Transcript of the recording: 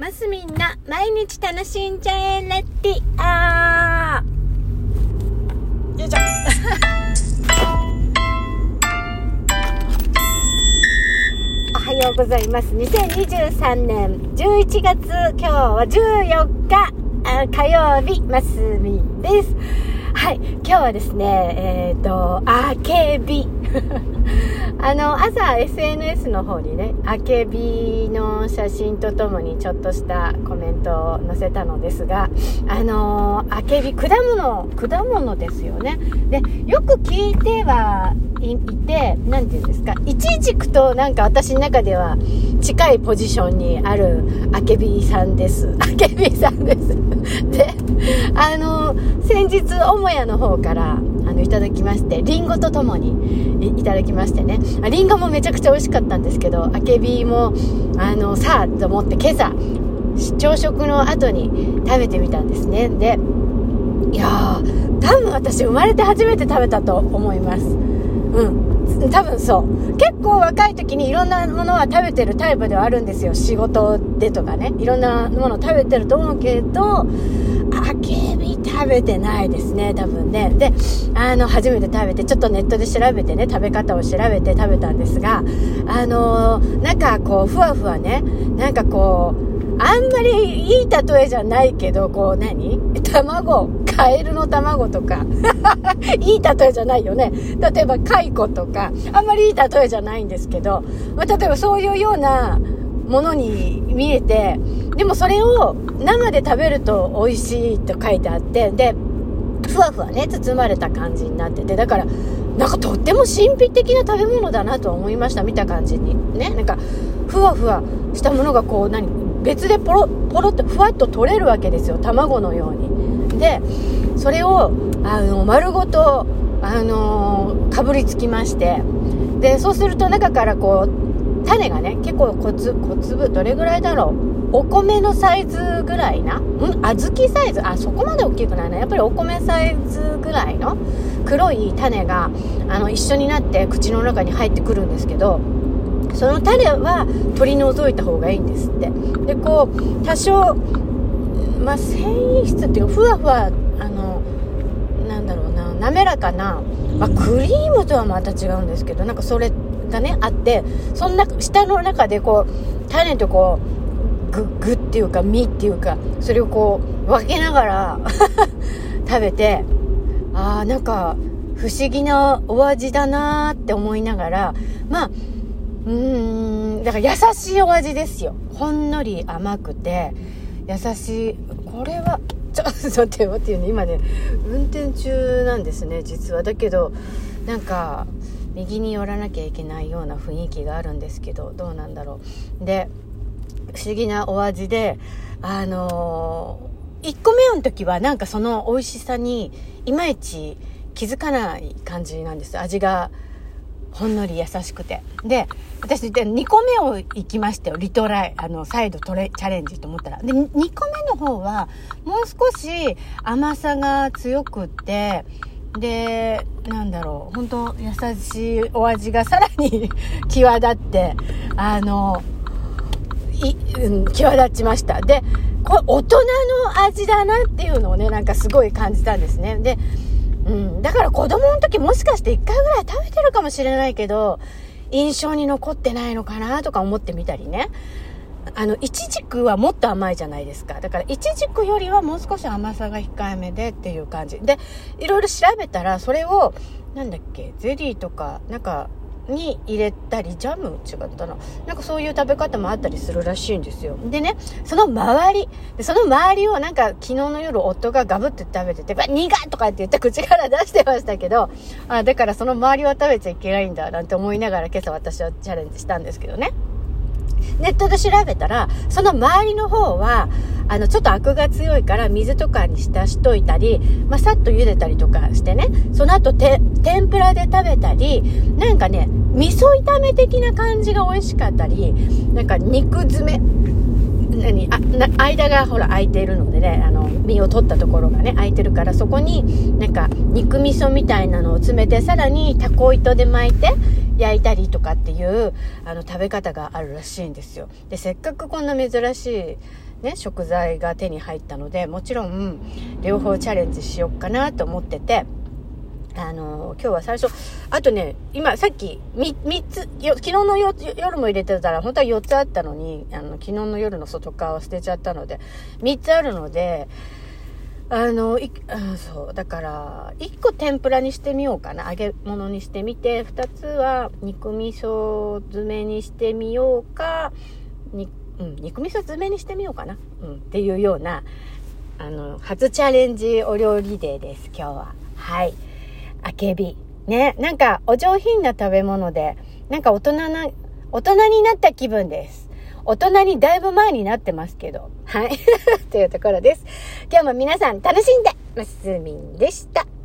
ますみんな毎日楽しんじゃえレディオよいしょおはようございます。2023年11月今日は14日火曜日、ますみです。はい、今日はですねあけび朝 SNS の方にね、あけびの写真とともにちょっとしたコメントを載せたのですが、あけび果物ですよね。で、よく聞いてはいて、なんていうんですか、イチジクとなんか私の中では近いポジションにあるあけびさんです。あけびさんです。で、先日母屋の方からいただきまして、リンゴとともにいただきましてね、リンゴもめちゃくちゃ美味しかったんですけど、あけびもさあと思って今朝朝食の後に食べてみたんですね。で、いやー、多分私生まれて初めて食べたと思います。多分そう。結構若い時にいろんなものは食べてるタイプではあるんですよ。仕事でとかね、いろんなもの食べてると思うけど、あけび食べてないですね、多分ね。で、初めて食べて、ちょっとネットで調べてね、食べ方を調べて食べたんですが、なんかこうふわふわね、なんかこうあんまりいい例えじゃないけど、こう卵、カエルの卵とかいい例えじゃないよね。例えば蚕とか、あんまりいい例えじゃないんですけど、例えばそういうようなものに見えて、でもそれを生で食べると美味しいと書いてあって、でふわふわね包まれた感じになってて、だからなんかとっても神秘的な食べ物だなと思いました。見た感じにね、なんかふわふわしたものがこう別でポロってふわっと取れるわけですよ、卵のように。でそれを丸ごとかぶりつきまして、でそうすると中からこう種がね、結構小粒どれぐらいだろう、お米のサイズぐらいな、小豆サイズ、そこまで大きくないな、やっぱりお米サイズぐらいの黒い種が一緒になって口の中に入ってくるんですけど、その種は取り除いた方がいいんですって。でこう多少繊維質っていうか、ふわふわなんだろうな、滑らかな、クリームとはまた違うんですけど、なんかそれがねあって、そんな舌の中でこう種とこうグっていうか実っていうか、それをこう分けながら食べて、なんか不思議なお味だなって思いながら、だから優しいお味ですよ。ほんのり甘くて優しい。これはちょっと待ってよね、今ね運転中なんですね実は。だけどなんか右に寄らなきゃいけないような雰囲気があるんですけど、どうなんだろう。で不思議なお味で、1個目の時はなんかその美味しさにいまいち気づかない感じなんです。味がほんのり優しくて。で私2個目を行きましたよ、リトライ再度チャレンジと思ったら。で2個目の方はもう少し甘さが強くって、でなんだろう、本当優しいお味がさらに際立って際立ちました。でこれ大人の味だなっていうのをね、なんかすごい感じたんですね。でだから子供の時もしかして1回ぐらい食べてるかもしれないけど、印象に残ってないのかなとか思ってみたりね。イチジクはもっと甘いじゃないですか。だからイチジクよりはもう少し甘さが控えめでっていう感じで、いろいろ調べたら、それをゼリーとか中に入れたり、ジャム違ったな、なんかそういう食べ方もあったりするらしいんですよ。でね、その周りをなんか昨日の夜夫がガブって食べてて、苦っとかって言って口から出してましたけど、だからその周りは食べちゃいけないんだなんて思いながら今朝私はチャレンジしたんですけどね。ネットで調べたら、その周りの方はちょっとアクが強いから水とかに浸しといたり、さっと茹でたりとかしてね、その後天ぷらで食べたり、なんかね味噌炒め的な感じが美味しかったり、なんか肉詰め間がほら空いているのでね、身を取ったところがね空いてるから、そこになんか肉味噌みたいなのを詰めて、さらにタコ糸で巻いて焼いたりとかっていう食べ方があるらしいんですよ。でせっかくこんな珍しいね、食材が手に入ったので、もちろん両方チャレンジしようかなと思ってて、今日は最初、あとね、今さっき3つ、昨日の夜も入れてたら本当は4つあったのに、昨日の夜の外側を捨てちゃったので3つあるので、そうだから1個天ぷらにしてみようかな、揚げ物にしてみて、2つは肉味噌詰めにしてみようか、肉味噌詰めにしてみようかな、っていうような初チャレンジお料理デーです今日は。はい、あけびね、なんかお上品な食べ物で、なんか大人になった気分です。大人にだいぶ前になってますけど、はいというところです。今日も皆さん楽しんでますみんでした。